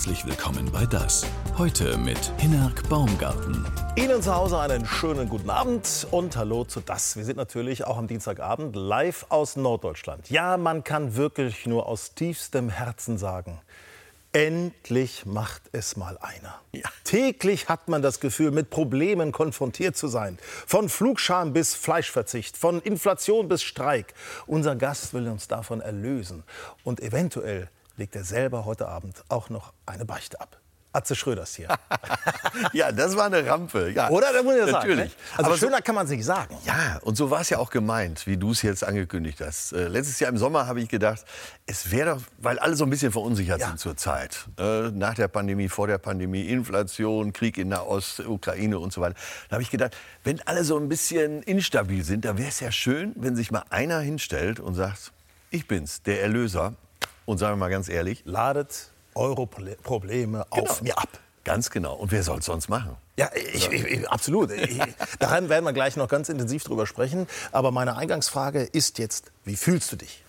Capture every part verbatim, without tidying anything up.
Herzlich willkommen bei Das. Heute mit Hinnerk Baumgarten. Ihnen zu Hause einen schönen guten Abend und hallo zu Das. Wir sind natürlich auch am Dienstagabend live aus Norddeutschland. Ja, man kann wirklich nur aus tiefstem Herzen sagen, endlich macht es mal einer. Ja. Täglich hat man das Gefühl, mit Problemen konfrontiert zu sein. Von Flugscham bis Fleischverzicht, von Inflation bis Streik. Unser Gast will uns davon erlösen. Und eventuell legt er selber heute Abend auch noch eine Beichte ab. Atze Schröders hier. Ja, das war eine Rampe. Ja, oder? Da muss ich ja sagen. Natürlich. Ne? Also aber schöner so, kann man es nicht sagen. Ja, und so war es ja auch gemeint, wie du es jetzt angekündigt hast. Äh, letztes Jahr im Sommer habe ich gedacht, es wäre doch, weil alle so ein bisschen verunsichert ja. sind zur Zeit. Äh, nach der Pandemie, vor der Pandemie, Inflation, Krieg in der Ostukraine und so weiter. Da habe ich gedacht, wenn alle so ein bisschen instabil sind, dann wäre es ja schön, wenn sich mal einer hinstellt und sagt, ich bin's, der Erlöser. Und sagen wir mal ganz ehrlich, ladet eure Probleme genau. auf mir ab. Ganz genau. Und wer soll es sonst machen? Ja, ich, ich, absolut. Ich, daran werden wir gleich noch ganz intensiv drüber sprechen. Aber meine Eingangsfrage ist jetzt, wie fühlst du dich?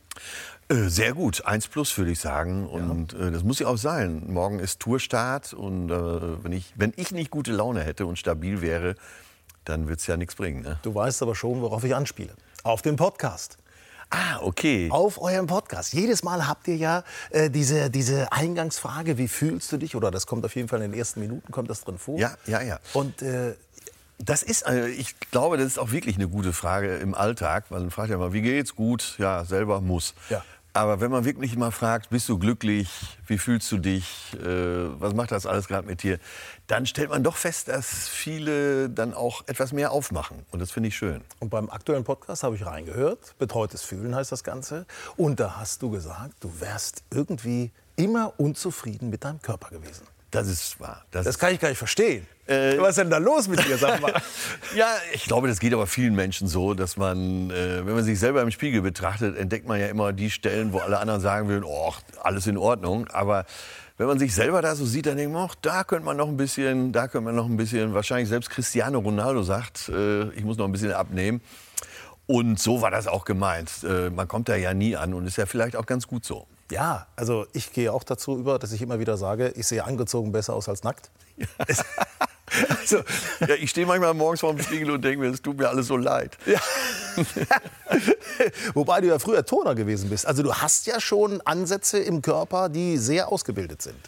Äh, sehr gut. Eins plus, würde ich sagen. Und ja. äh, das muss ja auch sein. Morgen ist Tourstart. Und äh, wenn, ich, wenn ich nicht gute Laune hätte und stabil wäre, dann wird es ja nichts bringen. Ne? Du weißt aber schon, worauf ich anspiele. Auf den Podcast. Ah, okay. Auf eurem Podcast. Jedes Mal habt ihr ja äh, diese, diese Eingangsfrage, wie fühlst du dich? Oder das kommt auf jeden Fall in den ersten Minuten, kommt das drin vor. Ja, ja, ja. Und äh, das ist, äh, ich glaube, das ist auch wirklich eine gute Frage im Alltag. Man fragt ja mal, wie geht's? Gut, ja, selber muss. Ja. Aber wenn man wirklich mal fragt, bist du glücklich, wie fühlst du dich, äh, was macht das alles gerade mit dir, dann stellt man doch fest, dass viele dann auch etwas mehr aufmachen. Und das finde ich schön. Und beim aktuellen Podcast habe ich reingehört, Betreutes Fühlen heißt das Ganze. Und da hast du gesagt, du wärst irgendwie immer unzufrieden mit deinem Körper gewesen. Das ist wahr. Das, das ist kann ich gar nicht verstehen. Äh, Was ist denn da los mit dir, sag mal? Ja, ich glaube, das geht aber vielen Menschen so, dass man, äh, wenn man sich selber im Spiegel betrachtet, entdeckt man ja immer die Stellen, wo alle anderen sagen würden, oh, alles in Ordnung. Aber wenn man sich selber da so sieht, dann denkt man, oh, da könnte man noch ein bisschen, da könnte man noch ein bisschen, wahrscheinlich selbst Cristiano Ronaldo sagt, äh, ich muss noch ein bisschen abnehmen. Und so war das auch gemeint. Äh, man kommt da ja nie an und ist ja vielleicht auch ganz gut so. Ja, also ich gehe auch dazu über, dass ich immer wieder sage, ich sehe angezogen besser aus als nackt. Ja. Also, ja, ich stehe manchmal morgens vor dem Spiegel und denke mir, es tut mir alles so leid. Ja. Wobei du ja früher Turner gewesen bist. Also du hast ja schon Ansätze im Körper, die sehr ausgebildet sind.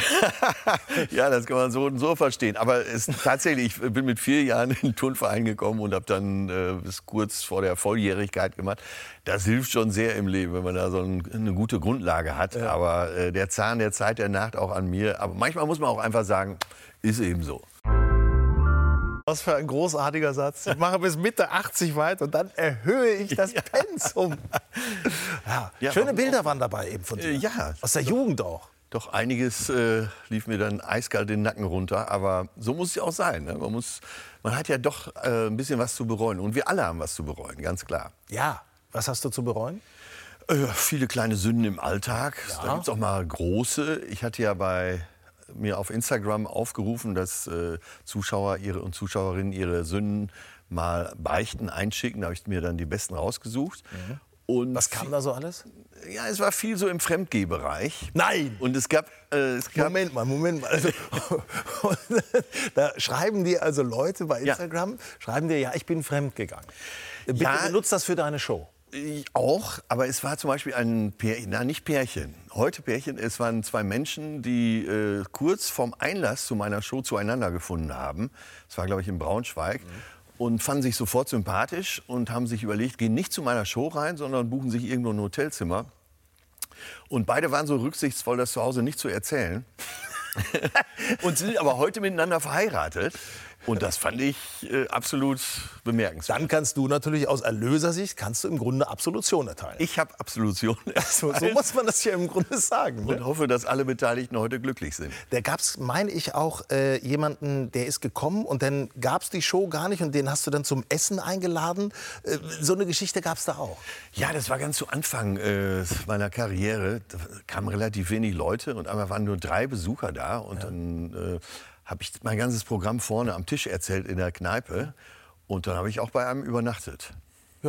Ja, das kann man so und so verstehen. Aber es, tatsächlich, ich bin mit vier Jahren in den Turnverein gekommen und habe dann äh, bis kurz vor der Volljährigkeit gemacht. Das hilft schon sehr im Leben, wenn man da so ein, eine gute Grundlage hat. Ja. Aber äh, der Zahn der Zeit, der naht auch an mir. Aber manchmal muss man auch einfach sagen, ist eben so. Was für ein großartiger Satz. Ich mache bis Mitte achtzig weiter und dann erhöhe ich das ja. Pensum. Ja. Ja, schöne Bilder waren dabei eben von dir. Äh, ja. Aus der Jugend auch. Doch einiges äh, lief mir dann eiskalt den Nacken runter. Aber so muss es ja auch sein. Ne? Man, muss, man hat ja doch äh, ein bisschen was zu bereuen. Und wir alle haben was zu bereuen, ganz klar. Ja, was hast du zu bereuen? Äh, viele kleine Sünden im Alltag. Ja. Da gibt es auch mal große. Ich hatte ja bei mir auf Instagram aufgerufen, dass äh, Zuschauer ihre und Zuschauerinnen ihre Sünden mal beichten, einschicken. Da habe ich mir dann die besten rausgesucht. Mhm. Und was kam da so alles? Ja, es war viel so im Fremdgehbereich. Nein! Und es gab... Äh, es gab Moment mal, Moment mal. Also, da schreiben dir also Leute bei Instagram, ja. schreiben dir, ja, ich bin fremdgegangen. Bitte ja, benutzt das für deine Show. Auch, aber es war zum Beispiel ein Pärchen, na nicht Pärchen, heute Pärchen, es waren zwei Menschen, die äh, kurz vorm Einlass zu meiner Show zueinander gefunden haben. Das war, glaube ich, in Braunschweig. Mhm. Und fanden sich sofort sympathisch und haben sich überlegt, gehen nicht zu meiner Show rein, sondern buchen sich irgendwo ein Hotelzimmer. Und beide waren so rücksichtsvoll, das zu Hause nicht zu erzählen. Und sind aber heute miteinander verheiratet. Und das fand ich äh, absolut bemerkenswert. Dann kannst du natürlich aus Erlösersicht, kannst du im Grunde Absolution erteilen. Ich habe Absolution so, so muss man das ja im Grunde sagen. Und ne? hoffe, dass alle Beteiligten heute glücklich sind. Da gab es, meine ich, auch äh, jemanden, der ist gekommen und dann gab es die Show gar nicht und den hast du dann zum Essen eingeladen. Äh, so eine Geschichte gab es da auch. Ja, das war ganz zu Anfang äh, meiner Karriere. Da kamen relativ wenig Leute und einmal waren nur drei Besucher da. Und ja. dann... Äh, habe ich mein ganzes Programm vorne am Tisch erzählt in der Kneipe. Und dann habe ich auch bei einem übernachtet. Ja.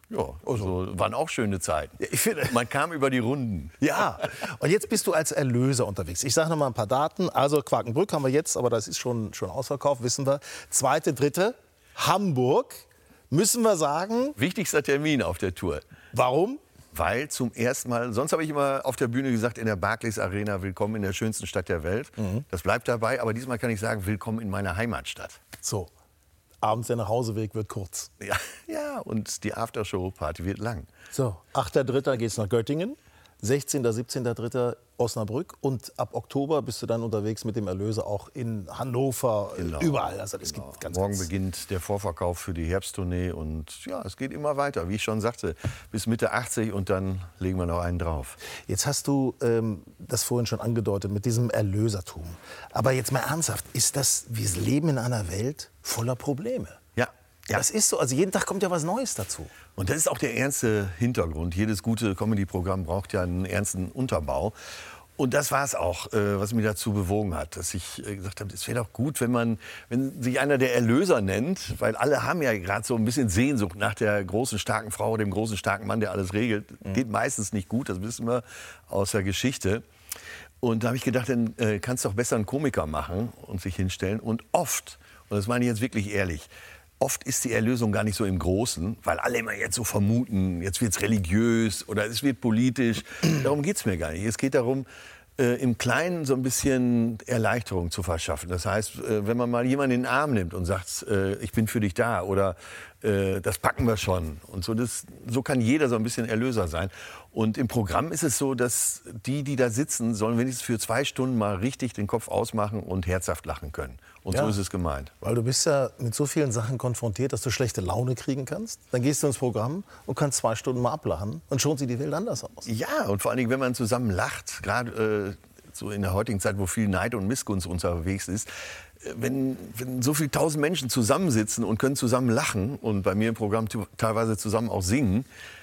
Ja, also waren auch schöne Zeiten. Ich finde, man kam über die Runden. Ja, und jetzt bist du als Erlöser unterwegs. Ich sage noch mal ein paar Daten. Also Quakenbrück haben wir jetzt, aber das ist schon, schon ausverkauft, wissen wir. Zweite, dritte, Hamburg, müssen wir sagen. Wichtigster Termin auf der Tour. Warum? Weil zum ersten Mal, sonst habe ich immer auf der Bühne gesagt, in der Barclays Arena, willkommen in der schönsten Stadt der Welt. Mhm. Das bleibt dabei, aber diesmal kann ich sagen, willkommen in meiner Heimatstadt. So. Abends der Nachhauseweg wird kurz. Ja, ja, und die Aftershow-Party wird lang. So, achter dritter geht es nach Göttingen, sechzehnter, siebzehnter dritter Osnabrück und ab Oktober bist du dann unterwegs mit dem Erlöser auch in Hannover, genau. Überall. Also das genau. gibt ganz, Morgen ganz beginnt der Vorverkauf für die Herbsttournee und ja, es geht immer weiter, wie ich schon sagte, bis Mitte achtzig und dann legen wir noch einen drauf. Jetzt hast du ähm, das vorhin schon angedeutet mit diesem Erlösertum. Aber jetzt mal ernsthaft, ist das, wir leben in einer Welt voller Probleme. Ja. Ja. Das ist so, also jeden Tag kommt ja was Neues dazu. Und das ist auch der ernste Hintergrund. Jedes gute Comedy-Programm braucht ja einen ernsten Unterbau. Und das war es auch, äh, was mich dazu bewogen hat, dass ich äh, gesagt habe, es wäre doch gut, wenn man, wenn sich einer der Erlöser nennt, weil alle haben ja gerade so ein bisschen Sehnsucht nach der großen, starken Frau, dem großen, starken Mann, der alles regelt. Mhm. Geht meistens nicht gut, das wissen wir aus der Geschichte. Und da habe ich gedacht, dann äh, kannst du doch besser einen Komiker machen und sich hinstellen. Und oft, und das meine ich jetzt wirklich ehrlich, oft ist die Erlösung gar nicht so im Großen, weil alle immer jetzt so vermuten, jetzt wird es religiös oder es wird politisch. Darum geht es mir gar nicht. Es geht darum, äh, im Kleinen so ein bisschen Erleichterung zu verschaffen. Das heißt, äh, wenn man mal jemanden in den Arm nimmt und sagt, äh, ich bin für dich da oder äh, das packen wir schon. Und so, das, so kann jeder so ein bisschen Erlöser sein. Und im Programm ist es so, dass die, die da sitzen, sollen wenigstens für zwei Stunden mal richtig den Kopf ausmachen und herzhaft lachen können. Und ja, so ist es gemeint. Weil du bist ja mit so vielen Sachen konfrontiert, dass du schlechte Laune kriegen kannst. Dann gehst du ins Programm und kannst zwei Stunden mal ablachen und schon sieht die Welt anders aus. Ja, und vor allen Dingen, wenn man zusammen lacht, gerade äh, so in der heutigen Zeit, wo viel Neid und Missgunst unterwegs ist, wenn, wenn so viele tausend Menschen zusammensitzen und können zusammen lachen und bei mir im Programm teilweise zusammen auch singen,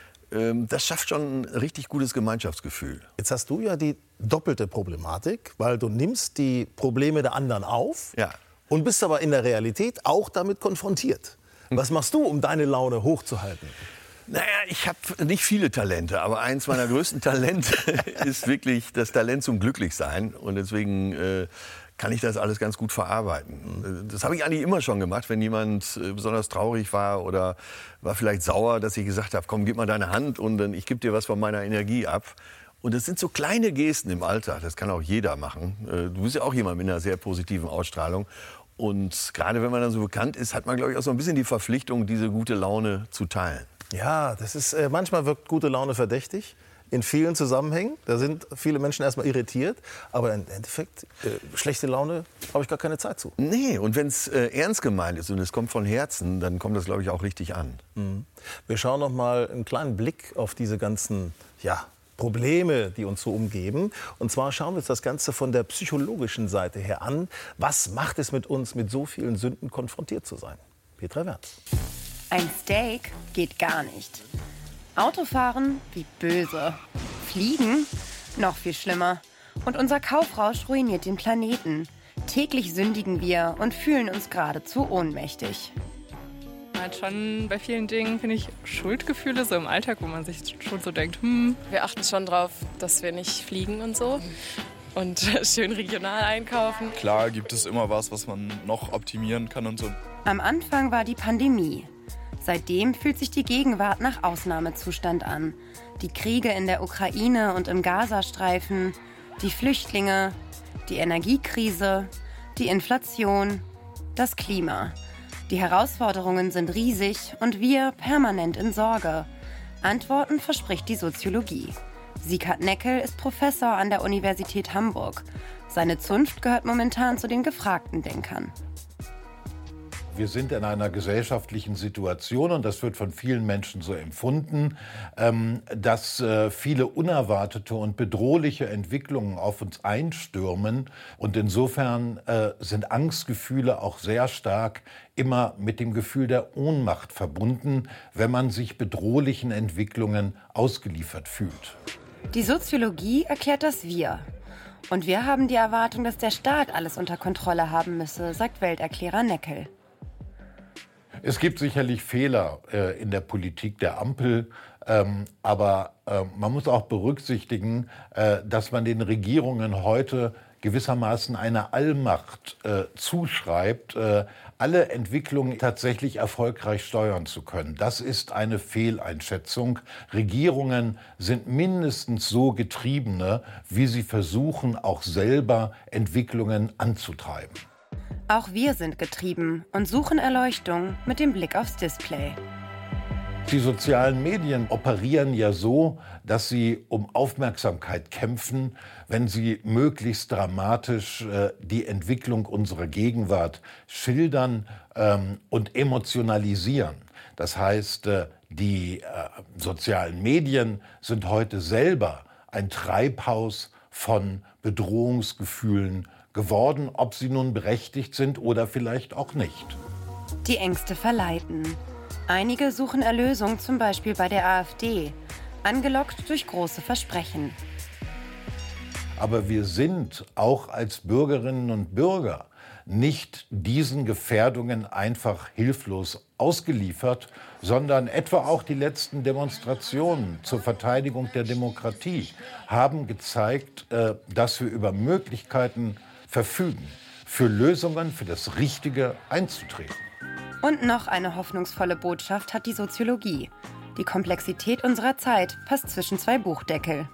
das schafft schon ein richtig gutes Gemeinschaftsgefühl. Jetzt hast du ja die doppelte Problematik, weil du nimmst die Probleme der anderen auf, ja, und bist aber in der Realität auch damit konfrontiert. Was machst du, um deine Laune hochzuhalten? Naja, ich habe nicht viele Talente, aber eins meiner größten Talente ist wirklich das Talent zum Glücklichsein. Und deswegen äh, kann ich das alles ganz gut verarbeiten. Das habe ich eigentlich immer schon gemacht, wenn jemand äh, besonders traurig war oder war vielleicht sauer, dass ich gesagt habe, komm, gib mal deine Hand und dann, ich gebe dir was von meiner Energie ab. Und das sind so kleine Gesten im Alltag, das kann auch jeder machen. Äh, du bist ja auch jemand mit einer sehr positiven Ausstrahlung. Und gerade wenn man dann so bekannt ist, hat man, glaube ich, auch so ein bisschen die Verpflichtung, diese gute Laune zu teilen. Ja, das ist, äh, manchmal wirkt gute Laune verdächtig. In vielen Zusammenhängen. Da sind viele Menschen erstmal irritiert. Aber im Endeffekt, äh, schlechte Laune, habe ich gar keine Zeit zu. Nee, und wenn es äh, ernst gemeint ist und es kommt von Herzen, dann kommt das, glaube ich, auch richtig an. Mhm. Wir schauen noch mal einen kleinen Blick auf diese ganzen, ja, Probleme, die uns so umgeben. Und zwar schauen wir uns das Ganze von der psychologischen Seite her an. Was macht es mit uns, mit so vielen Sünden konfrontiert zu sein? Petra Werth. Ein Steak geht gar nicht. Autofahren, wie böse. Fliegen, noch viel schlimmer. Und unser Kaufrausch ruiniert den Planeten. Täglich sündigen wir und fühlen uns geradezu ohnmächtig. Halt schon bei vielen Dingen, finde ich, Schuldgefühle so im Alltag, wo man sich schon so denkt, hm. Wir achten schon drauf, dass wir nicht fliegen und so und schön regional einkaufen. Klar gibt es immer was, was man noch optimieren kann und so. Am Anfang war die Pandemie. Seitdem fühlt sich die Gegenwart nach Ausnahmezustand an. Die Kriege in der Ukraine und im Gazastreifen, die Flüchtlinge, die Energiekrise, die Inflation, das Klima. Die Herausforderungen sind riesig und wir permanent in Sorge. Antworten verspricht die Soziologie. Sieghard Neckel ist Professor an der Universität Hamburg. Seine Zunft gehört momentan zu den gefragten Denkern. Wir sind in einer gesellschaftlichen Situation, und das wird von vielen Menschen so empfunden, ähm, dass äh, viele unerwartete und bedrohliche Entwicklungen auf uns einstürmen. Und insofern äh, sind Angstgefühle auch sehr stark immer mit dem Gefühl der Ohnmacht verbunden, wenn man sich bedrohlichen Entwicklungen ausgeliefert fühlt. Die Soziologie erklärt das Wir. Und wir haben die Erwartung, dass der Staat alles unter Kontrolle haben müsse, sagt Welterklärer Neckel. Es gibt sicherlich Fehler äh, in der Politik der Ampel, ähm, aber äh, man muss auch berücksichtigen, äh, dass man den Regierungen heute gewissermaßen eine Allmacht äh, zuschreibt, äh, alle Entwicklungen tatsächlich erfolgreich steuern zu können. Das ist eine Fehleinschätzung. Regierungen sind mindestens so Getriebene, wie sie versuchen, auch selber Entwicklungen anzutreiben. Auch wir sind getrieben und suchen Erleuchtung mit dem Blick aufs Display. Die sozialen Medien operieren ja so, dass sie um Aufmerksamkeit kämpfen, wenn sie möglichst dramatisch äh, die Entwicklung unserer Gegenwart schildern ähm, und emotionalisieren. Das heißt, äh, die äh, sozialen Medien sind heute selber ein Treibhaus von Bedrohungsgefühlen geworden, ob sie nun berechtigt sind oder vielleicht auch nicht. Die Ängste verleiten. Einige suchen Erlösung, zum Beispiel bei der AfD, angelockt durch große Versprechen. Aber wir sind auch als Bürgerinnen und Bürger nicht diesen Gefährdungen einfach hilflos ausgeliefert, sondern etwa auch die letzten Demonstrationen zur Verteidigung der Demokratie haben gezeigt, dass wir über Möglichkeiten verfügen, für Lösungen, für das Richtige einzutreten. Und noch eine hoffnungsvolle Botschaft hat die Soziologie. Die Komplexität unserer Zeit passt zwischen zwei Buchdeckel.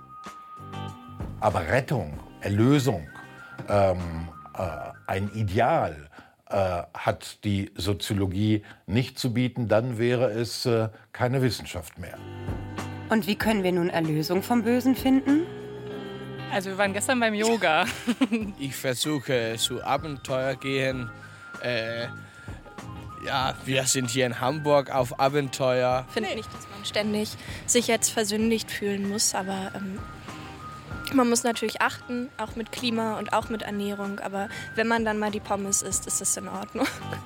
Aber Rettung, Erlösung, ähm, äh, ein Ideal äh, hat die Soziologie nicht zu bieten, dann wäre es äh, keine Wissenschaft mehr. Und wie können wir nun Erlösung vom Bösen finden? Also wir waren gestern beim Yoga. Ich versuche zu Abenteuer gehen. Äh, ja, wir sind hier in Hamburg auf Abenteuer. Ich finde nicht, dass man ständig sich jetzt versündigt fühlen muss, aber ähm, man muss natürlich achten, auch mit Klima und auch mit Ernährung. Aber wenn man dann mal die Pommes isst, ist das in Ordnung.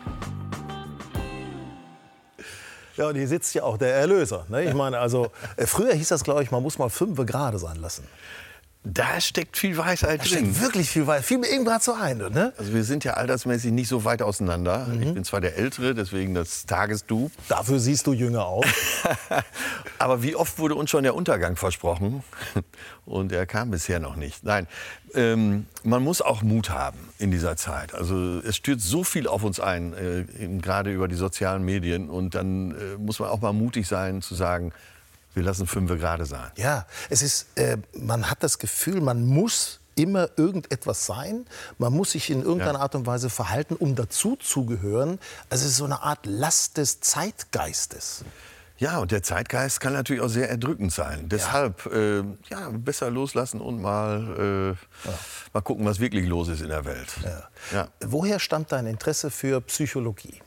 Ja, und hier sitzt ja auch der Erlöser. Ne? Ich meine, also äh, früher hieß das, glaube ich, man muss mal fünf gerade sein lassen. Da steckt viel Weisheit Da drin. steckt wirklich viel Weisheit. Fiel mir eben gerade so ein. Ne? Also wir sind ja altersmäßig nicht so weit auseinander. Mhm. Ich bin zwar der Ältere, deswegen das Tagesdu. Dafür siehst du jünger aus. Aber wie oft wurde uns schon der Untergang versprochen? Und er kam bisher noch nicht. Nein, ähm, man muss auch Mut haben in dieser Zeit. Also es stürzt so viel auf uns ein, äh, eben gerade über die sozialen Medien. Und dann äh, muss man auch mal mutig sein zu sagen, wir lassen Fünfe gerade sein. Ja, es ist, äh, man hat das Gefühl, man muss immer irgendetwas sein. Man muss sich in irgendeiner ja. Art und Weise verhalten, um dazuzugehören. Also es ist so eine Art Last des Zeitgeistes. Ja, und der Zeitgeist kann natürlich auch sehr erdrückend sein. Deshalb ja. Äh, ja, besser loslassen und mal, äh, ja. mal gucken, was wirklich los ist in der Welt. Ja. Ja. Woher stammt dein Interesse für Psychologie?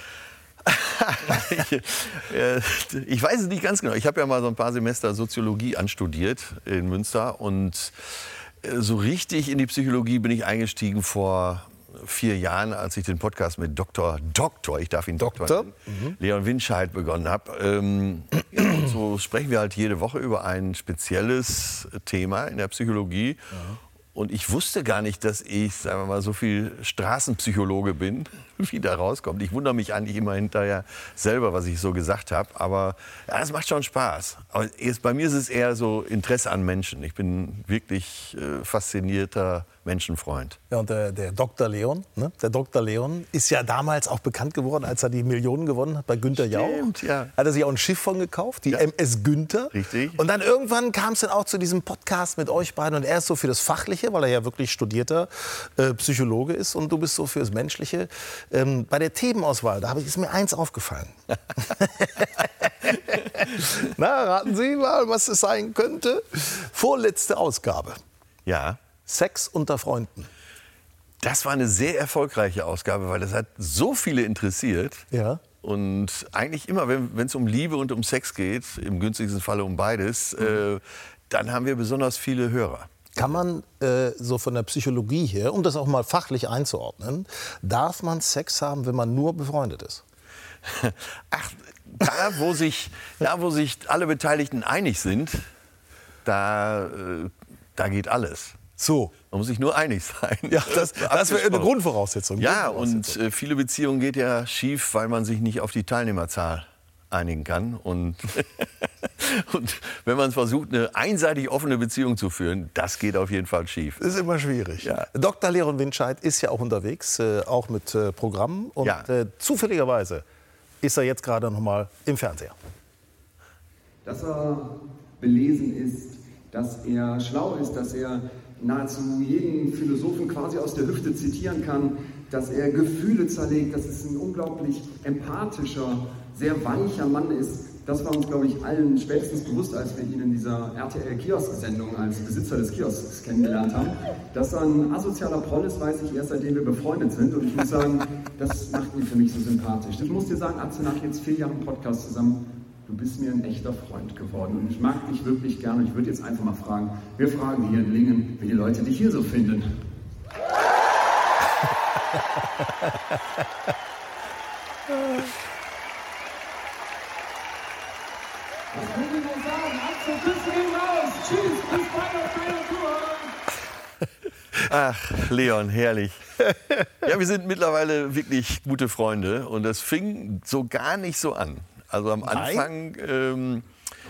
ich, äh, ich weiß es nicht ganz genau. Ich habe ja mal so ein paar Semester Soziologie anstudiert in Münster. Und äh, so richtig in die Psychologie bin ich eingestiegen vor vier Jahren, als ich den Podcast mit Doktor Doktor, ich darf ihn Doktor, Doktor? Mhm. Leon Winscheid begonnen habe. Ähm, ja, und so sprechen wir halt jede Woche über ein spezielles Thema in der Psychologie. Mhm. Und ich wusste gar nicht, dass ich, sagen wir mal, so viel Straßenpsychologe bin, wie da rauskommt. Ich wundere mich eigentlich immer hinterher selber, was ich so gesagt habe. Aber ja, es macht schon Spaß. Aber jetzt, bei mir ist es eher so Interesse an Menschen. Ich bin wirklich äh, faszinierter Menschenfreund. Ja, und der, der Doktor Leon, ne? der Doktor Leon ist ja damals auch bekannt geworden, als er die Millionen gewonnen hat bei Günter Jauch. Stimmt, ja. Hat er sich auch ein Schiff von gekauft, die ja. M S Günther. Richtig. Und dann irgendwann kam es dann auch zu diesem Podcast mit euch beiden. Und er ist so für das Fachliche, weil er ja wirklich studierter äh, Psychologe ist. Und du bist so für das Menschliche. Ähm, bei der Themenauswahl, da ist mir eins aufgefallen. Na, raten Sie mal, was es sein könnte. Vorletzte Ausgabe. Ja. Sex unter Freunden. Das war eine sehr erfolgreiche Ausgabe, weil das hat so viele interessiert. Ja. Und eigentlich immer, wenn es um Liebe und um Sex geht, im günstigsten Falle um beides, mhm. äh, dann haben wir besonders viele Hörer. Kann man äh, so von der Psychologie her, um das auch mal fachlich einzuordnen, darf man Sex haben, wenn man nur befreundet ist? Ach, da wo sich, da, wo sich alle Beteiligten einig sind, da, äh, da geht alles. So. Man muss sich nur einig sein. Ja, das, das wäre eine Grundvoraussetzung. Ja, Grundvoraussetzung. und äh, viele Beziehungen geht ja schief, weil man sich nicht auf die Teilnehmerzahl einigen kann. Und, und wenn man versucht, eine einseitig offene Beziehung zu führen, das geht auf jeden Fall schief. Das ist immer schwierig. Ja. Doktor Leon Winscheid ist ja auch unterwegs, äh, auch mit äh, Programmen. Und Ja. äh, zufälligerweise ist er jetzt gerade noch mal im Fernseher. Dass er belesen ist, dass er schlau ist, dass er nahezu jeden Philosophen quasi aus der Hüfte zitieren kann, dass er Gefühle zerlegt, dass es ein unglaublich empathischer, sehr weicher Mann ist. Das war uns, glaube ich, allen spätestens bewusst, als wir ihn in dieser R T L-Kiosk-Sendung als Besitzer des Kiosks kennengelernt haben. Dass er ein asozialer Proll ist, weiß ich erst, seitdem wir befreundet sind. Und ich muss sagen, das macht ihn für mich so sympathisch. Ich muss dir sagen, Atze, nach jetzt vier Jahren Podcast zusammen, du bist mir ein echter Freund geworden und ich mag dich wirklich gerne. Ich würde jetzt einfach mal fragen, wir fragen hier in Lingen, wie die Leute dich hier so finden. Was können wir denn sagen? Atze, bis gehen raus. Tschüss, bis bald auf deiner Tour. Ach, Leon, herrlich. Ja, wir sind mittlerweile wirklich gute Freunde und das fing so gar nicht so an. Also am Anfang ähm,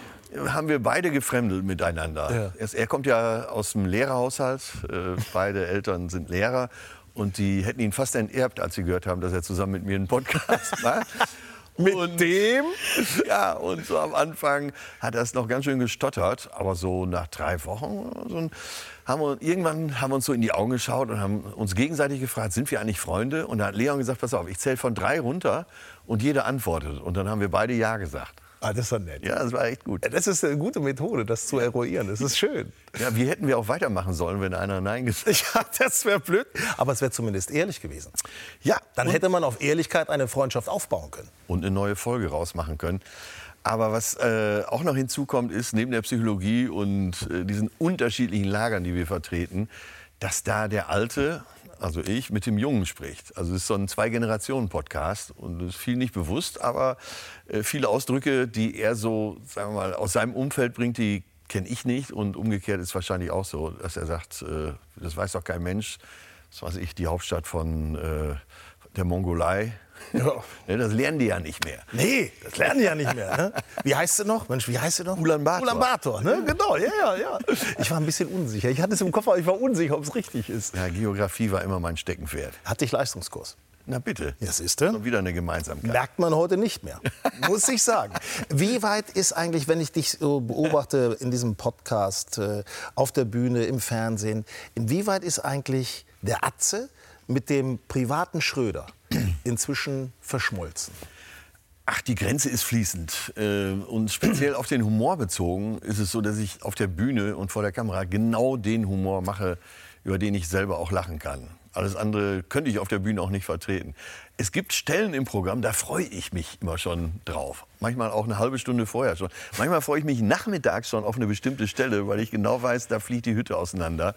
haben wir beide gefremdelt miteinander. Ja. Erst, er kommt ja aus dem Lehrerhaushalt, äh, beide Eltern sind Lehrer und die hätten ihn fast enterbt, als sie gehört haben, dass er zusammen mit mir einen Podcast macht. Mit und, dem? Ja, und so am Anfang hat er es noch ganz schön gestottert, aber so nach drei Wochen so haben wir, irgendwann haben wir uns so in die Augen geschaut und haben uns gegenseitig gefragt, sind wir eigentlich Freunde? Und da hat Leon gesagt, pass auf, ich zähle von drei runter und jeder antwortet. Und dann haben wir beide Ja gesagt. Ah, das war nett. Ja, das war echt gut. Das ist eine gute Methode, das zu eruieren. Das ist schön. Ja, wie hätten wir auch weitermachen sollen, wenn einer Nein gesagt hat? Ja, das wäre blöd. Aber es wäre zumindest ehrlich gewesen. Ja, Dann hätte man auf Ehrlichkeit eine Freundschaft aufbauen können. und eine neue Folge rausmachen können. Aber was äh, auch noch hinzukommt, ist neben der Psychologie und äh, diesen unterschiedlichen Lagern, die wir vertreten, dass da der Alte, also ich, mit dem Jungen spricht. Also es ist so ein Zwei-Generationen-Podcast und das ist viel nicht bewusst, aber äh, viele Ausdrücke, die er so, sagen wir mal, aus seinem Umfeld bringt, die kenne ich nicht. Und umgekehrt ist wahrscheinlich auch so, dass er sagt, äh, das weiß doch kein Mensch, das weiß ich, die Hauptstadt von äh, der Mongolei. Ja. Ne, das lernen die ja nicht mehr. Nee, das lernen die ja nicht mehr. Ne? Wie heißt sie noch? Mensch, wie heißt sie noch? Ulaanbaatar. Ulaanbaatar, ne? Genau, ja, ja, ja. Ich war ein bisschen unsicher. Ich hatte es im Kopf, aber ich war unsicher, ob es richtig ist. Ja, Geografie war immer mein Steckenpferd. Hatte ich Leistungskurs? Na bitte. Ja, siehste. Schon wieder eine Gemeinsamkeit. Merkt man heute nicht mehr, muss ich sagen. Wie weit ist eigentlich, wenn ich dich so beobachte in diesem Podcast, äh, auf der Bühne, im Fernsehen, inwieweit ist eigentlich der Atze mit dem privaten Schröder inzwischen verschmolzen? Ach, die Grenze ist fließend. Äh, Und speziell auf den Humor bezogen ist es so, dass ich auf der Bühne und vor der Kamera genau den Humor mache, über den ich selber auch lachen kann. Alles andere könnte ich auf der Bühne auch nicht vertreten. Es gibt Stellen im Programm, da freue ich mich immer schon drauf. Manchmal auch eine halbe Stunde vorher schon. Manchmal freue ich mich nachmittags schon auf eine bestimmte Stelle, weil ich genau weiß, da fliegt die Hütte auseinander.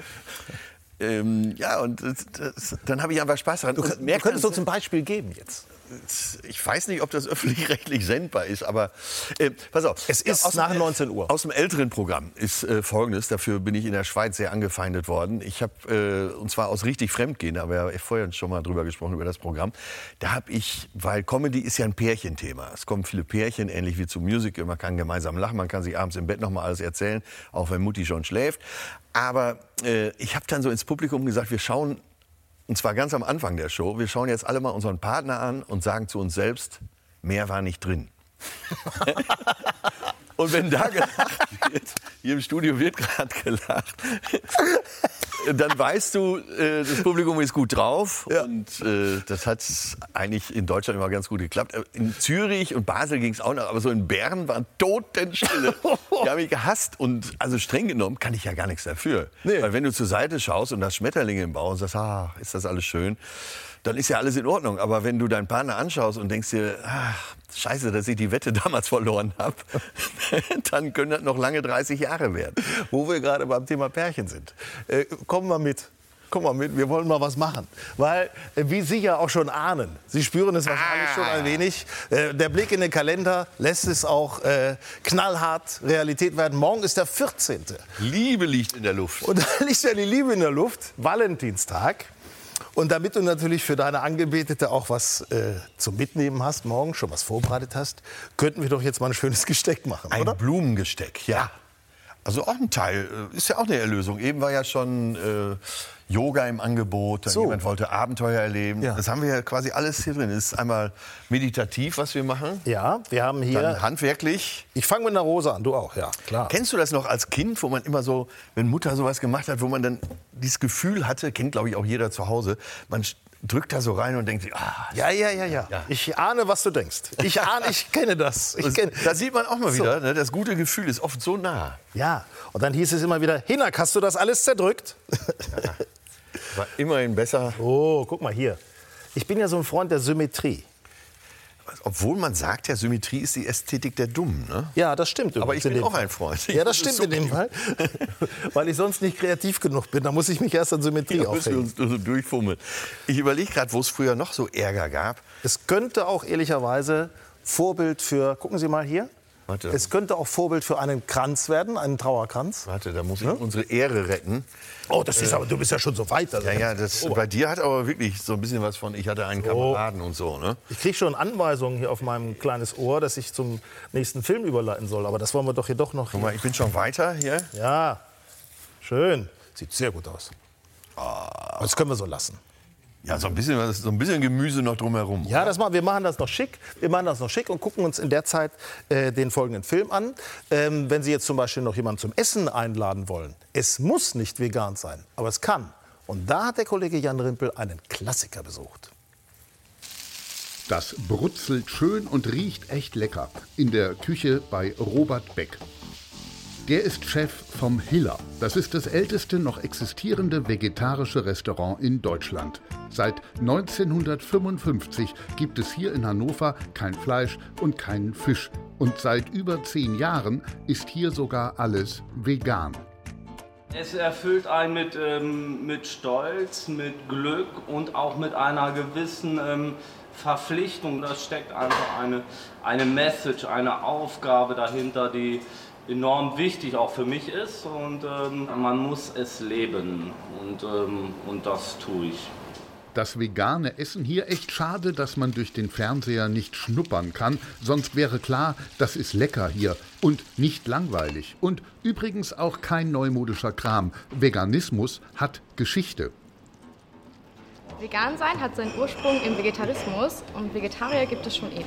Ähm, ja, und das, das, dann habe ich einfach Spaß daran. Du, Und du merke könntest dann- uns ein Beispiel geben jetzt. Ich weiß nicht, ob das öffentlich-rechtlich sendbar ist, aber äh, pass auf. Es ist aus dem nach äl- neunzehn Uhr. Aus dem älteren Programm ist äh, Folgendes, dafür bin ich in der Schweiz sehr angefeindet worden. Ich habe, äh, und zwar aus richtig Fremdgehen, aber wir haben vorher schon mal drüber gesprochen, über das Programm. Da habe ich, weil Comedy ist ja ein Pärchenthema. Es kommen viele Pärchen, ähnlich wie zum Musical. Man kann gemeinsam lachen, man kann sich abends im Bett noch mal alles erzählen, auch wenn Mutti schon schläft. Aber äh, ich habe dann so ins Publikum gesagt, wir schauen, und zwar ganz am Anfang der Show, wir schauen jetzt alle mal unseren Partner an und sagen zu uns selbst, mehr war nicht drin. Und wenn da gelacht wird, hier im Studio wird gerade gelacht, dann weißt du, äh, das Publikum ist gut drauf. Ja. Und äh, das hat eigentlich in Deutschland immer ganz gut geklappt. In Zürich und Basel ging es auch noch, aber so in Bern waren Totenstille. Die haben mich gehasst. Und also streng genommen kann ich ja gar nichts dafür. Nee. Weil wenn du zur Seite schaust und hast Schmetterlinge im Bauch und sagst, ah, ist das alles schön, dann ist ja alles in Ordnung. Aber wenn du deinen Partner anschaust und denkst dir, ach, scheiße, dass ich die Wette damals verloren habe, dann können das noch lange dreißig Jahre werden. Wo wir gerade beim Thema Pärchen sind. Äh, kommen wir mit. komm mal mit, wir wollen mal was machen. Weil, äh, wie Sie ja auch schon ahnen, Sie spüren es wahrscheinlich ah. schon ein wenig, äh, der Blick in den Kalender lässt es auch äh, knallhart Realität werden. Morgen ist der vierzehnte Liebe liegt in der Luft. Und da liegt ja die Liebe in der Luft, Valentinstag. Und damit du natürlich für deine Angebetete auch was äh, zum Mitnehmen hast, morgen schon was vorbereitet hast, könnten wir doch jetzt mal ein schönes Gesteck machen, ein oder? Ein Blumengesteck, ja. Also auch ein Teil, ist ja auch eine Erlösung. Eben war ja schon äh, Yoga im Angebot, so. Jemand wollte Abenteuer erleben. Ja. Das haben wir ja quasi alles hier drin. Es ist einmal meditativ, was wir machen. Ja, wir haben hier... Dann handwerklich. Ich fange mit einer Rose an, du auch, ja, klar. Kennst du das noch als Kind, wo man immer so, wenn Mutter sowas gemacht hat, wo man dann dieses Gefühl hatte, kennt glaube ich auch jeder zu Hause, man drückt da so rein und denkt, ah, ja, ja, ja, ja, ja. Ich ahne, was du denkst. Ich ahne, ich kenne das. Ich kenne. Da sieht man auch mal wieder, so. ne, das gute Gefühl ist oft so nah. Ja, und dann hieß es immer wieder, Hinak, hast du das alles zerdrückt? Ja. War immerhin besser. Oh, guck mal hier. Ich bin ja so ein Freund der Symmetrie. Obwohl man sagt, ja, Symmetrie ist die Ästhetik der Dummen. Ne? Ja, das stimmt. Aber ich bin auch ein Freund. Ja, das stimmt in dem Fall. Weil ich sonst nicht kreativ genug bin. Da muss ich mich erst an Symmetrie ja, aufhängen. Müssen wir uns so durchfummeln. Ich überlege gerade, wo es früher noch so Ärger gab. Es könnte auch ehrlicherweise Vorbild für, gucken Sie mal hier. Warte. Es könnte auch Vorbild für einen Kranz werden, einen Trauerkranz. Warte, da muss ich ja? unsere Ehre retten. Oh, das ist aber, du bist ja schon so weit. Also ja, ja, das, oh. bei dir hat aber wirklich so ein bisschen was von, ich hatte einen Kameraden oh. und so, ne? Ich kriege schon Anweisungen hier auf meinem kleines Ohr, dass ich zum nächsten Film überleiten soll. Aber das wollen wir doch hier doch noch... Guck mal, ich bin schon weiter hier. Ja, schön. Sieht sehr gut aus. Oh. Das können wir so lassen. Ja, so ein bisschen, so ein bisschen Gemüse noch drumherum. Ja, das machen, wir machen das noch schick. Wir machen das noch schick und gucken uns in der Zeit äh, den folgenden Film an. Ähm, wenn Sie jetzt zum Beispiel noch jemanden zum Essen einladen wollen. Es muss nicht vegan sein, aber es kann. Und da hat der Kollege Jan Rimpel einen Klassiker besucht. Das brutzelt schön und riecht echt lecker in der Küche bei Robert Beck. Der ist Chef vom Hiller. Das ist das älteste noch existierende vegetarische Restaurant in Deutschland. Seit neunzehnhundertfünfundfünfzig gibt es hier in Hannover kein Fleisch und keinen Fisch. Und seit über zehn Jahren ist hier sogar alles vegan. Es erfüllt einen mit, ähm, mit Stolz, mit Glück und auch mit einer gewissen ähm, Verpflichtung. Da steckt einfach eine, eine Message, eine Aufgabe dahinter, die enorm wichtig auch für mich ist. Und ähm, man muss es leben. Und, ähm, und das tue ich. Das vegane Essen hier, echt schade, dass man durch den Fernseher nicht schnuppern kann. Sonst wäre klar, das ist lecker hier und nicht langweilig. Und übrigens auch kein neumodischer Kram. Veganismus hat Geschichte. Vegan sein hat seinen Ursprung im Vegetarismus und Vegetarier gibt es schon ewig.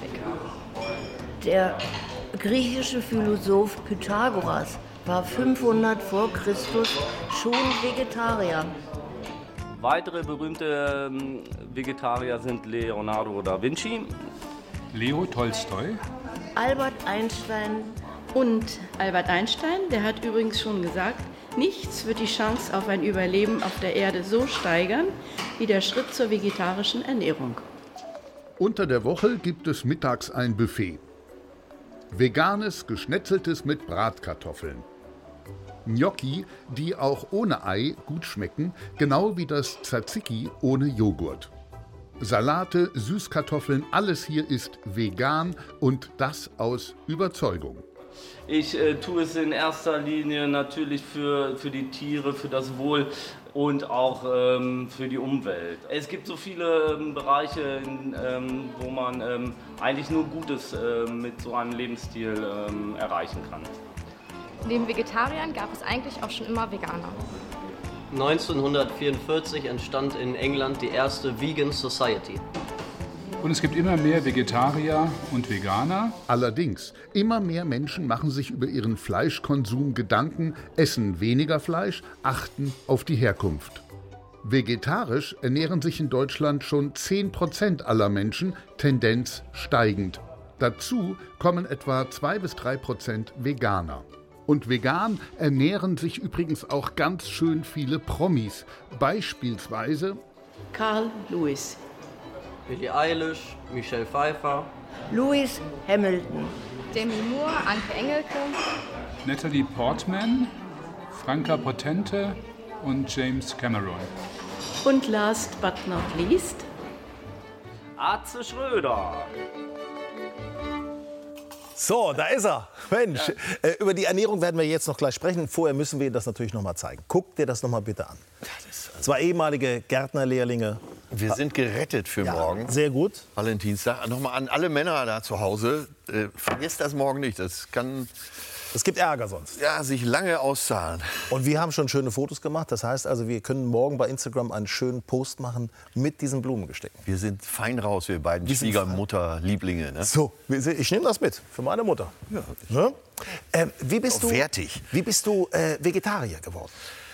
Der griechische Philosoph Pythagoras war fünfhundert vor Christus schon Vegetarier. Weitere berühmte ähm, Vegetarier sind Leonardo da Vinci, Leo Tolstoi, Albert Einstein. Und Albert Einstein, der hat übrigens schon gesagt, nichts wird die Chance auf ein Überleben auf der Erde so steigern, wie der Schritt zur vegetarischen Ernährung. Unter der Woche gibt es mittags ein Buffet. Veganes, Geschnetzeltes mit Bratkartoffeln. Gnocchi, die auch ohne Ei gut schmecken, genau wie das Tzatziki ohne Joghurt. Salate, Süßkartoffeln, alles hier ist vegan und das aus Überzeugung. Ich äh, tue es in erster Linie natürlich für, für die Tiere, für das Wohl und auch ähm, für die Umwelt. Es gibt so viele ähm, Bereiche, in, ähm, wo man ähm, eigentlich nur Gutes äh, mit so einem Lebensstil ähm, erreichen kann. Neben Vegetariern gab es eigentlich auch schon immer Veganer. neunzehnhundertvierundvierzig entstand in England die erste Vegan Society. Und es gibt immer mehr Vegetarier und Veganer. Allerdings, immer mehr Menschen machen sich über ihren Fleischkonsum Gedanken, essen weniger Fleisch, achten auf die Herkunft. Vegetarisch ernähren sich in Deutschland schon zehn Prozent aller Menschen, Tendenz steigend. Dazu kommen etwa zwei bis drei Prozent Veganer. Und vegan ernähren sich übrigens auch ganz schön viele Promis. Beispielsweise Carl Lewis, Billie Eilish, Michelle Pfeiffer, Lewis Hamilton, Demi Moore, Anke Engelke, Natalie Portman, Franka Potente und James Cameron. Und last but not least, Atze Schröder. So, da ist er. Mensch, ja. äh, über die Ernährung werden wir jetzt noch gleich sprechen. Vorher müssen wir Ihnen das natürlich noch mal zeigen. Guck dir das noch mal bitte an. Zwei ehemalige Gärtnerlehrlinge. Wir sind gerettet für ja, morgen. Sehr gut. Valentinstag. Nochmal an alle Männer da zu Hause. Äh, vergesst das morgen nicht. Das kann... Es gibt Ärger sonst. Ja, sich lange auszahlen. Und wir haben schon schöne Fotos gemacht. Das heißt also, wir können morgen bei Instagram einen schönen Post machen mit diesen Blumengestecken. Wir sind fein raus, wir beiden Schwiegermutter-Lieblinge. Ne? So, ich nehme das mit für meine Mutter. Ja. Ja? Ähm, wie bist du, wertig. Wie bist du äh, Vegetarier geworden?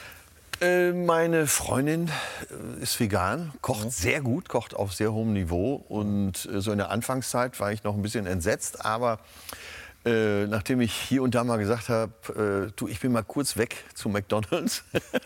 Äh, meine Freundin ist vegan, kocht mhm. sehr gut, kocht auf sehr hohem Niveau. Und äh, so in der Anfangszeit war ich noch ein bisschen entsetzt, aber... Äh, nachdem ich hier und da mal gesagt habe, äh, du, ich bin mal kurz weg zu McDonald's,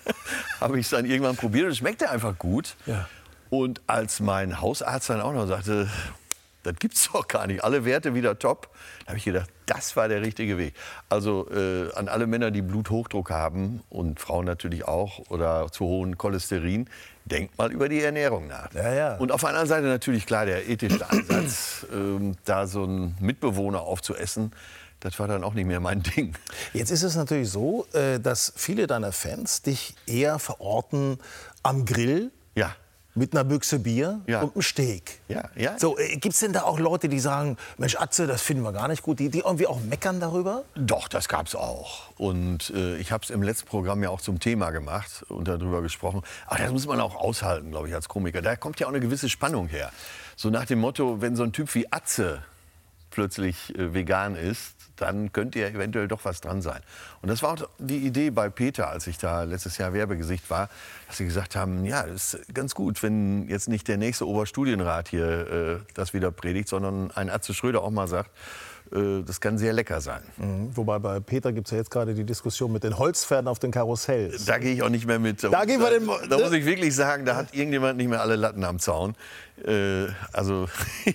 habe ich es dann irgendwann probiert und es schmeckte einfach gut. Ja. Und als mein Hausarzt dann auch noch sagte, das gibt's doch gar nicht, alle Werte wieder top, da habe ich gedacht, das war der richtige Weg. Also äh, an alle Männer, die Bluthochdruck haben und Frauen natürlich auch oder zu hohen Cholesterin, denkt mal über die Ernährung nach. Ja, ja. Und auf der anderen Seite natürlich klar der ethische Ansatz, ähm, da so einen Mitbewohner aufzuessen, das war dann auch nicht mehr mein Ding. Jetzt ist es natürlich so, äh, dass viele deiner Fans dich eher verorten am Grill. Ja. Mit einer Büchse Bier ja. und einem Steak. Ja, ja. So, äh, gibt es denn da auch Leute, die sagen, Mensch Atze, das finden wir gar nicht gut, die, die irgendwie auch meckern darüber? Doch, das gab's auch. Und äh, ich habe es im letzten Programm ja auch zum Thema gemacht und darüber gesprochen. Aber das muss man auch aushalten, glaube ich, als Komiker. Da kommt ja auch eine gewisse Spannung her. So nach dem Motto, wenn so ein Typ wie Atze plötzlich äh, vegan ist, dann könnte ja eventuell doch was dran sein. Und das war auch die Idee bei Peter, als ich da letztes Jahr Werbegesicht war, dass sie gesagt haben, ja, das ist ganz gut, wenn jetzt nicht der nächste Oberstudienrat hier äh, das wieder predigt, sondern ein Atze Schröder auch mal sagt, äh, das kann sehr lecker sein. Mhm. Wobei bei Peter gibt es ja jetzt gerade die Diskussion mit den Holzpferden auf den Karussells. Da gehe ich auch nicht mehr mit. Da, da, gehen wir den, da, da muss ich wirklich sagen, da hat irgendjemand nicht mehr alle Latten am Zaun. Äh, also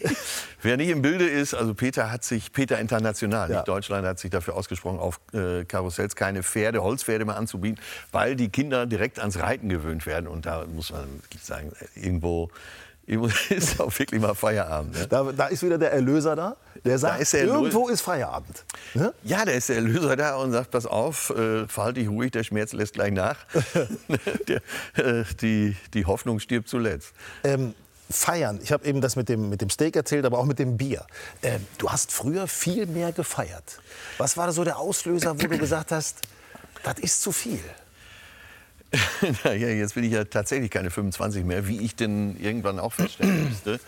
wer nicht im Bilde ist, also Peter hat sich, Peter International, ja. nicht Deutschland, hat sich dafür ausgesprochen, auf äh, Karussells keine Pferde, Holzpferde mehr anzubieten, weil die Kinder direkt ans Reiten gewöhnt werden. Und da muss man sagen, irgendwo, irgendwo ist auch wirklich mal Feierabend. Ne? Da, da ist wieder der Erlöser da, der sagt, da ist der irgendwo ist Feierabend. Ne? Ja, da ist der Erlöser da und sagt, pass auf, äh, verhalte dich ruhig, der Schmerz lässt gleich nach. der, äh, die, die Hoffnung stirbt zuletzt. Ähm, Feiern. Ich habe eben das mit dem, mit dem Steak erzählt, aber auch mit dem Bier. Ähm, du hast früher viel mehr gefeiert. Was war so der Auslöser, wo du gesagt hast, das ist zu viel? Naja, jetzt bin ich ja tatsächlich keine fünfundzwanzig mehr, wie ich denn irgendwann auch feststellen musste.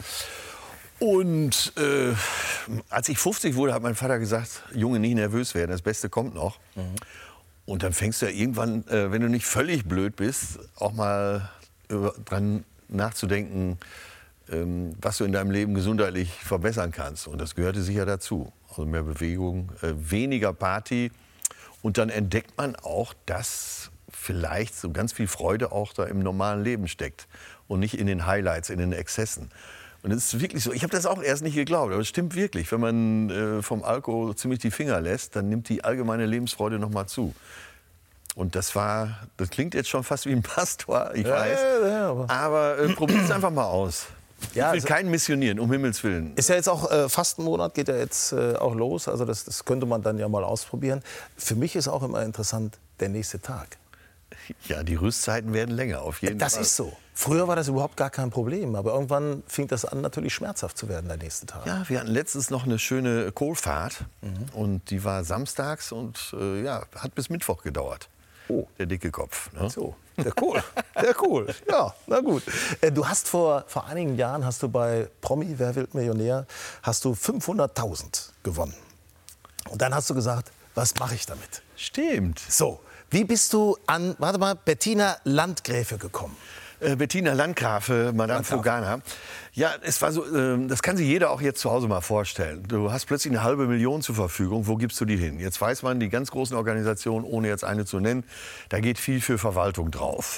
Und äh, als ich fünfzig wurde, hat mein Vater gesagt, Junge, nicht nervös werden, das Beste kommt noch. Mhm. Und dann fängst du ja irgendwann, äh, wenn du nicht völlig blöd bist, auch mal über, dran nachzudenken, ähm, was du in deinem Leben gesundheitlich verbessern kannst. Und das gehörte sicher dazu. Also mehr Bewegung, äh, weniger Party. Und dann entdeckt man auch, dass vielleicht so ganz viel Freude auch da im normalen Leben steckt. Und nicht in den Highlights, in den Exzessen. Und es ist wirklich so, ich habe das auch erst nicht geglaubt, aber es stimmt wirklich. Wenn man äh, vom Alkohol ziemlich die Finger lässt, dann nimmt die allgemeine Lebensfreude noch mal zu. Und das war, das klingt jetzt schon fast wie ein Pastor, ich ja, weiß. Ja, ja, aber aber äh, probiert es einfach mal aus. Ja, ich will also, keinen missionieren, um Himmels Willen. Ist ja jetzt auch äh, Fastenmonat, geht ja jetzt äh, auch los. Also das, das könnte man dann ja mal ausprobieren. Für mich ist auch immer interessant der nächste Tag. Ja, die Rüstzeiten werden länger, auf jeden das Fall. Das ist so. Früher war das überhaupt gar kein Problem. Aber irgendwann fing das an, natürlich schmerzhaft zu werden, der nächste Tag. Ja, wir hatten letztens noch eine schöne Kohlfahrt. Mhm. Und die war samstags und äh, ja, hat bis Mittwoch gedauert. Oh. Der dicke Kopf. Ne? So, der Kohl. Der Kohl. Ja, na gut. Äh, du hast vor, vor einigen Jahren, hast du bei Promi, Wer wird Millionär, hast du fünfhunderttausend gewonnen. Und dann hast du gesagt, was mache ich damit? Stimmt. So, wie bist du an, warte mal, Bettina Landgräfe gekommen? Äh, Bettina Landgrafe, Madame Fogana. Ja, es war so, äh, das kann sich jeder auch jetzt zu Hause mal vorstellen. Du hast plötzlich eine halbe Million zur Verfügung. Wo gibst du die hin? Jetzt weiß man, die ganz großen Organisationen, ohne jetzt eine zu nennen, da geht viel für Verwaltung drauf.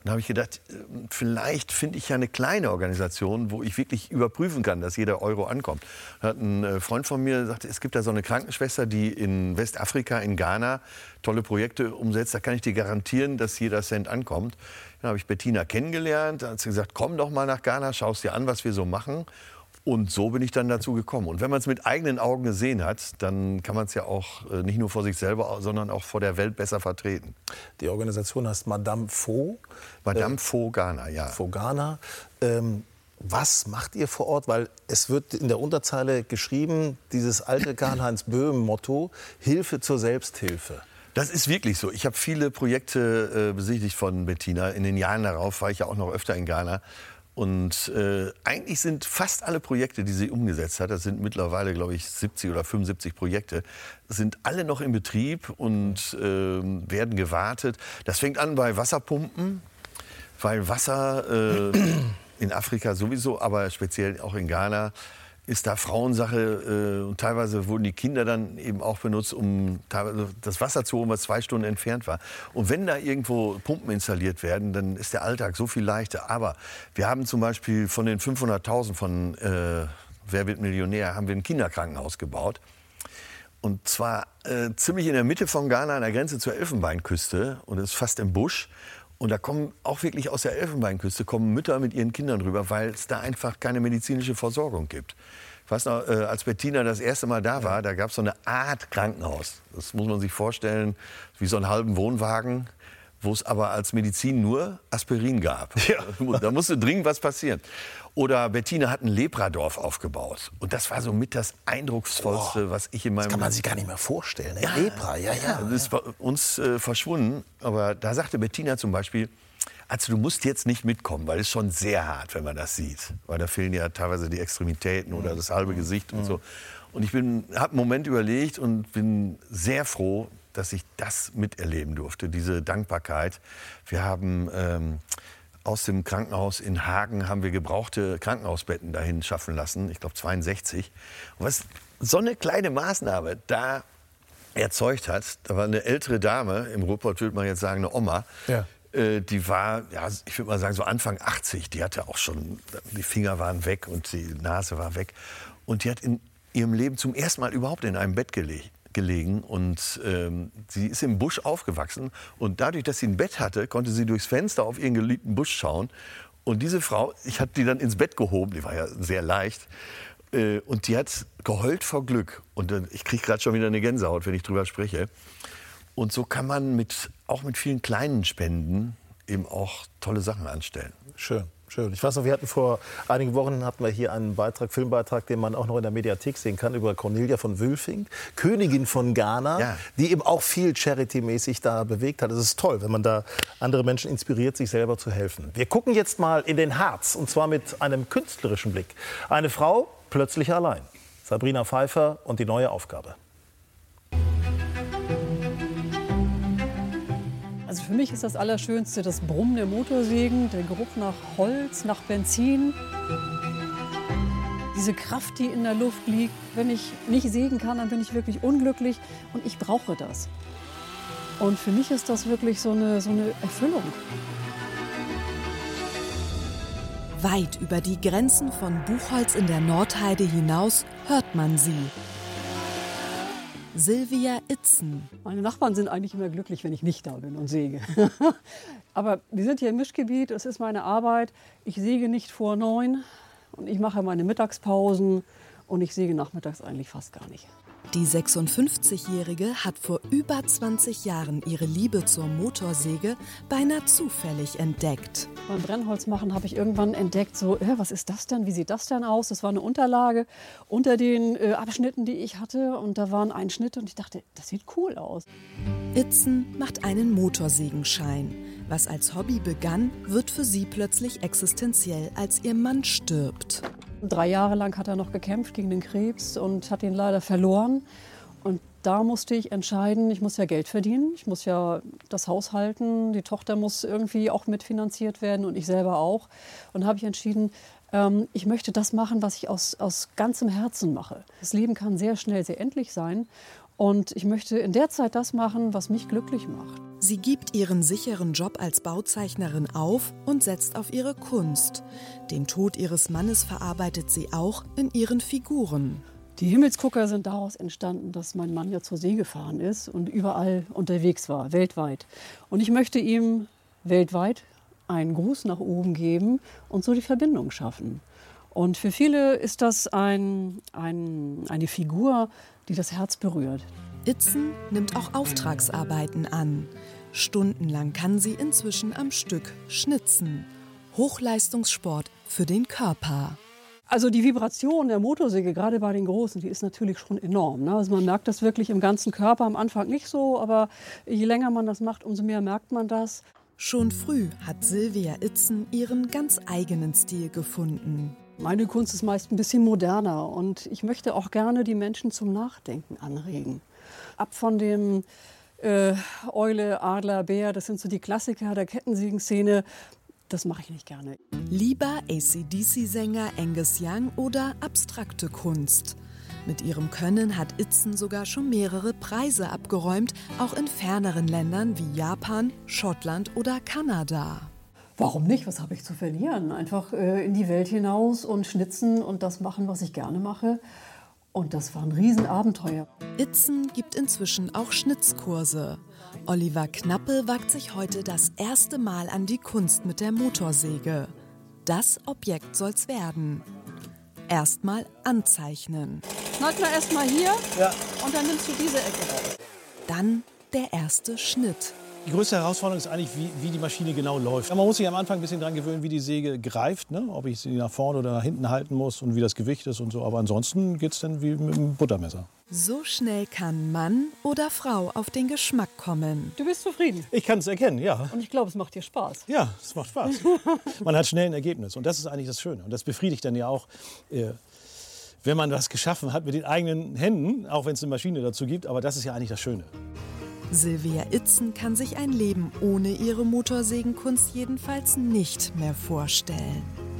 Und da habe ich gedacht, vielleicht finde ich ja eine kleine Organisation, wo ich wirklich überprüfen kann, dass jeder Euro ankommt. Da hat ein Freund von mir gesagt, es gibt da so eine Krankenschwester, die in Westafrika, in Ghana, tolle Projekte umsetzt. Da kann ich dir garantieren, dass jeder Cent ankommt. Dann habe ich Bettina kennengelernt. Da hat sie gesagt, komm doch mal nach Ghana, schau es dir an, was wir so machen. Und so bin ich dann dazu gekommen. Und wenn man es mit eigenen Augen gesehen hat, dann kann man es ja auch äh, nicht nur vor sich selber, sondern auch vor der Welt besser vertreten. Die Organisation heißt Madame Fo. Madame äh, Fo Ghana, ja. Fo Ghana. Ähm, was macht ihr vor Ort? Weil es wird in der Unterzeile geschrieben, dieses alte Karl-Heinz Böhm-Motto, Hilfe zur Selbsthilfe. Das ist wirklich so. Ich habe viele Projekte äh, besichtigt von Bettina. In den Jahren darauf war ich ja auch noch öfter in Ghana. Und äh, eigentlich sind fast alle Projekte, die sie umgesetzt hat, das sind mittlerweile, glaube ich, siebzig oder fünfundsiebzig Projekte, sind alle noch in Betrieb und äh, werden gewartet. Das fängt an bei Wasserpumpen, weil Wasser äh, in Afrika sowieso, aber speziell auch in Ghana, ist da Frauensache. Äh, und teilweise wurden die Kinder dann eben auch benutzt, um teilweise das Wasser zu holen, was zwei Stunden entfernt war. Und wenn da irgendwo Pumpen installiert werden, dann ist der Alltag so viel leichter. Aber wir haben zum Beispiel von den fünfhunderttausend von äh, Wer wird Millionär, haben wir ein Kinderkrankenhaus gebaut. Und zwar äh, ziemlich in der Mitte von Ghana, an der Grenze zur Elfenbeinküste. Und es ist fast im Busch. Und da kommen auch wirklich aus der Elfenbeinküste kommen Mütter mit ihren Kindern rüber, weil es da einfach keine medizinische Versorgung gibt. Ich weiß noch, äh, als Bettina das erste Mal da war, da gab es so eine Art Krankenhaus. Das muss man sich vorstellen, wie so einen halben Wohnwagen, wo es aber als Medizin nur Aspirin gab. Ja. Da musste dringend was passieren. Oder Bettina hat ein Lepradorf aufgebaut. Und das war so mit das Eindrucksvollste, oh, was ich in meinem... Das kann man sich gar nicht mehr vorstellen. Ne? Ja, Lepra, ja, ja. Das ist bei uns äh, verschwunden. Aber da sagte Bettina zum Beispiel, also du musst jetzt nicht mitkommen, weil es schon sehr hart, wenn man das sieht. Weil da fehlen ja teilweise die Extremitäten mhm. oder das halbe Gesicht mhm. und so. Und ich habe einen Moment überlegt und bin sehr froh, dass ich das miterleben durfte, diese Dankbarkeit. Wir haben... Ähm, Aus dem Krankenhaus in Hagen haben wir gebrauchte Krankenhausbetten dahin schaffen lassen, ich glaube zweiundsechzig. Und was so eine kleine Maßnahme da erzeugt hat, da war eine ältere Dame, im Ruhrpott würde man jetzt sagen eine Oma, ja. äh, die war, ja, ich würde mal sagen so Anfang achtzig, die hatte auch schon, die Finger waren weg und die Nase war weg. Und die hat in ihrem Leben zum ersten Mal überhaupt in einem Bett gelegt. gelegen und ähm, sie ist im Busch aufgewachsen und dadurch, dass sie ein Bett hatte, konnte sie durchs Fenster auf ihren geliebten Busch schauen und diese Frau, ich habe die dann ins Bett gehoben, die war ja sehr leicht äh, und die hat geheult vor Glück und äh, ich kriege gerade schon wieder eine Gänsehaut, wenn ich drüber spreche und so kann man mit, auch mit vielen kleinen Spenden eben auch tolle Sachen anstellen. Schön. Schön. Ich weiß noch, wir hatten vor einigen Wochen hatten wir hier einen Beitrag, Filmbeitrag, den man auch noch in der Mediathek sehen kann, über Cornelia von Wülfing, Königin von Ghana, ja. die eben auch viel Charity-mäßig da bewegt hat. Es ist toll, wenn man da andere Menschen inspiriert, sich selber zu helfen. Wir gucken jetzt mal in den Harz, und zwar mit einem künstlerischen Blick. Eine Frau plötzlich allein. Sabrina Pfeiffer und die neue Aufgabe. Also für mich ist das Allerschönste das Brummen der Motorsägen, der Geruch nach Holz, nach Benzin. Diese Kraft, die in der Luft liegt. Wenn ich nicht sägen kann, dann bin ich wirklich unglücklich und ich brauche das. Und für mich ist das wirklich so eine, so eine Erfüllung. Weit über die Grenzen von Buchholz in der Nordheide hinaus hört man sie. Silvia Itzen. Meine Nachbarn sind eigentlich immer glücklich, wenn ich nicht da bin und säge. Aber wir sind hier im Mischgebiet, es ist meine Arbeit. Ich säge nicht vor neun und ich mache meine Mittagspausen und ich säge nachmittags eigentlich fast gar nicht. Die sechsundfünfzigjährige hat vor über zwanzig Jahren ihre Liebe zur Motorsäge beinahe zufällig entdeckt. Beim Brennholzmachen habe ich irgendwann entdeckt, so, äh, was ist das denn, wie sieht das denn aus? Das war eine Unterlage unter den äh, Abschnitten, die ich hatte und da waren Einschnitte und ich dachte, das sieht cool aus. Itzen macht einen Motorsägenschein. Was als Hobby begann, wird für sie plötzlich existenziell, als ihr Mann stirbt. Drei Jahre lang hat er noch gekämpft gegen den Krebs und hat ihn leider verloren. Und da musste ich entscheiden, ich muss ja Geld verdienen, ich muss ja das Haus halten, die Tochter muss irgendwie auch mitfinanziert werden und ich selber auch. Und da habe ich entschieden, ähm, ich möchte das machen, was ich aus, aus ganzem Herzen mache. Das Leben kann sehr schnell sehr endlich sein. Und ich möchte in der Zeit das machen, was mich glücklich macht. Sie gibt ihren sicheren Job als Bauzeichnerin auf und setzt auf ihre Kunst. Den Tod ihres Mannes verarbeitet sie auch in ihren Figuren. Die Himmelsgucker sind daraus entstanden, dass mein Mann ja zur See gefahren ist und überall unterwegs war, weltweit. Und ich möchte ihm weltweit einen Gruß nach oben geben und so die Verbindung schaffen. Und für viele ist das ein, ein, eine Figur, die das Herz berührt. Itzen nimmt auch Auftragsarbeiten an. Stundenlang kann sie inzwischen am Stück schnitzen. Hochleistungssport für den Körper. Also die Vibration der Motorsäge, gerade bei den Großen, die ist natürlich schon enorm. Ne? Also man merkt das wirklich im ganzen Körper, am Anfang nicht so, aber je länger man das macht, umso mehr merkt man das. Schon früh hat Sylvia Itzen ihren ganz eigenen Stil gefunden. Meine Kunst ist meist ein bisschen moderner und ich möchte auch gerne die Menschen zum Nachdenken anregen. Ab von dem äh, Eule, Adler, Bär, das sind so die Klassiker der Kettensägen-Szene. Das mache ich nicht gerne. Lieber A C D C-Sänger Angus Young oder abstrakte Kunst. Mit ihrem Können hat Itzen sogar schon mehrere Preise abgeräumt, auch in ferneren Ländern wie Japan, Schottland oder Kanada. Warum nicht? Was habe ich zu verlieren? Einfach äh, in die Welt hinaus und schnitzen und das machen, was ich gerne mache. Und das war ein Riesenabenteuer. Itzen gibt inzwischen auch Schnitzkurse. Oliver Knappe wagt sich heute das erste Mal an die Kunst mit der Motorsäge. Das Objekt soll's werden. Erstmal anzeichnen. Schneid mal erst mal hier ja. und dann nimmst du diese Ecke raus. Dann der erste Schnitt. Die größte Herausforderung ist eigentlich, wie, wie die Maschine genau läuft. Man muss sich am Anfang ein bisschen daran gewöhnen, wie die Säge greift, ne? Ob ich sie nach vorne oder nach hinten halten muss und wie das Gewicht ist und so. Aber ansonsten geht es dann wie mit einem Buttermesser. So schnell kann Mann oder Frau auf den Geschmack kommen. Du bist zufrieden? Ich kann es erkennen, ja. Und ich glaube, es macht dir Spaß. Ja, es macht Spaß. Man hat schnell ein Ergebnis und das ist eigentlich das Schöne. Und das befriedigt dann ja auch, äh, wenn man was geschaffen hat mit den eigenen Händen, auch wenn es eine Maschine dazu gibt. Aber das ist ja eigentlich das Schöne. Sylvia Itzen kann sich ein Leben ohne ihre Motorsägenkunst jedenfalls nicht mehr vorstellen.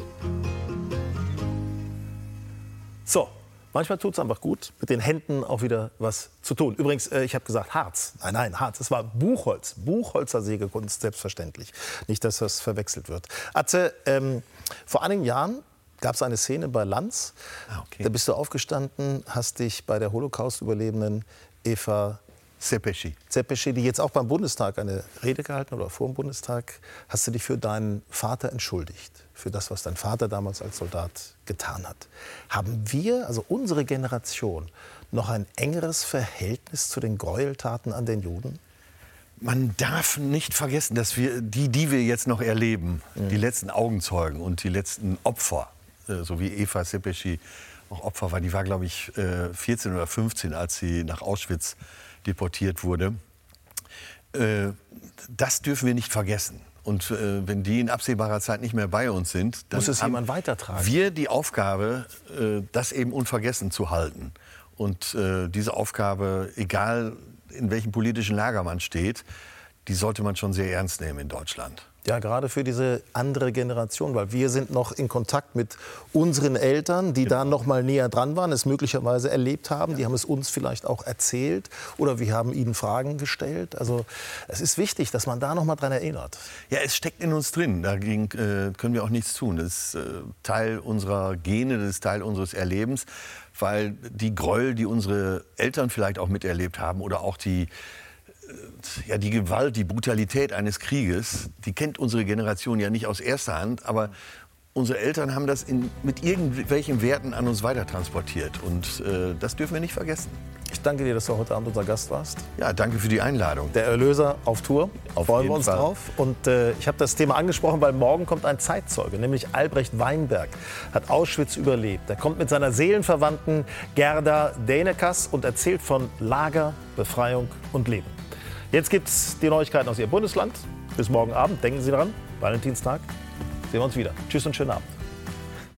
So, manchmal tut es einfach gut, mit den Händen auch wieder was zu tun. Übrigens, äh, ich habe gesagt Harz. Nein, nein, Harz. Es war Buchholz. Buchholzer Sägekunst, selbstverständlich. Nicht, dass das verwechselt wird. Atze, ähm, vor einigen Jahren gab es eine Szene bei Lanz. Ah, okay. Da bist du aufgestanden, hast dich bei der Holocaust-Überlebenden Eva Szepesy. Szepesy, die jetzt auch beim Bundestag eine Rede gehalten oder vor dem Bundestag, hast du dich für deinen Vater entschuldigt, für das, was dein Vater damals als Soldat getan hat. Haben wir, also unsere Generation, noch ein engeres Verhältnis zu den Gräueltaten an den Juden? Man darf nicht vergessen, dass wir die, die wir jetzt noch erleben, mhm. die letzten Augenzeugen und die letzten Opfer, so wie Eva Szepesy auch Opfer war, die war, glaube ich, vierzehn oder fünfzehn, als sie nach Auschwitz deportiert wurde. Das dürfen wir nicht vergessen. Und wenn die in absehbarer Zeit nicht mehr bei uns sind, dann muss es haben jemand weitertragen. Wir die Aufgabe, das eben unvergessen zu halten. Und diese Aufgabe, egal in welchem politischen Lager man steht, die sollte man schon sehr ernst nehmen in Deutschland. Ja, gerade für diese andere Generation, weil wir sind noch in Kontakt mit unseren Eltern, die ja. da noch mal näher dran waren, es möglicherweise erlebt haben. Ja. Die haben es uns vielleicht auch erzählt oder wir haben ihnen Fragen gestellt. Also es ist wichtig, dass man da noch mal dran erinnert. Ja, es steckt in uns drin. Dagegen äh, können wir auch nichts tun. Das ist äh, Teil unserer Gene, das ist Teil unseres Erlebens, weil die Gräuel, die unsere Eltern vielleicht auch miterlebt haben oder auch die Ja, die Gewalt, die Brutalität eines Krieges, die kennt unsere Generation ja nicht aus erster Hand, aber unsere Eltern haben das in, mit irgendwelchen Werten an uns weitertransportiert und äh, das dürfen wir nicht vergessen. Ich danke dir, dass du heute Abend unser Gast warst. Ja, danke für die Einladung. Der Erlöser auf Tour, auf freuen wir uns Fall. drauf. Und äh, ich habe das Thema angesprochen, weil morgen kommt ein Zeitzeuge, nämlich Albrecht Weinberg, hat Auschwitz überlebt. Er kommt mit seiner Seelenverwandten Gerda Dänekas und erzählt von Lager, Befreiung und Leben. Jetzt gibt's die Neuigkeiten aus Ihrem Bundesland. Bis morgen Abend. Denken Sie dran, Valentinstag. Sehen wir uns wieder. Tschüss und schönen Abend.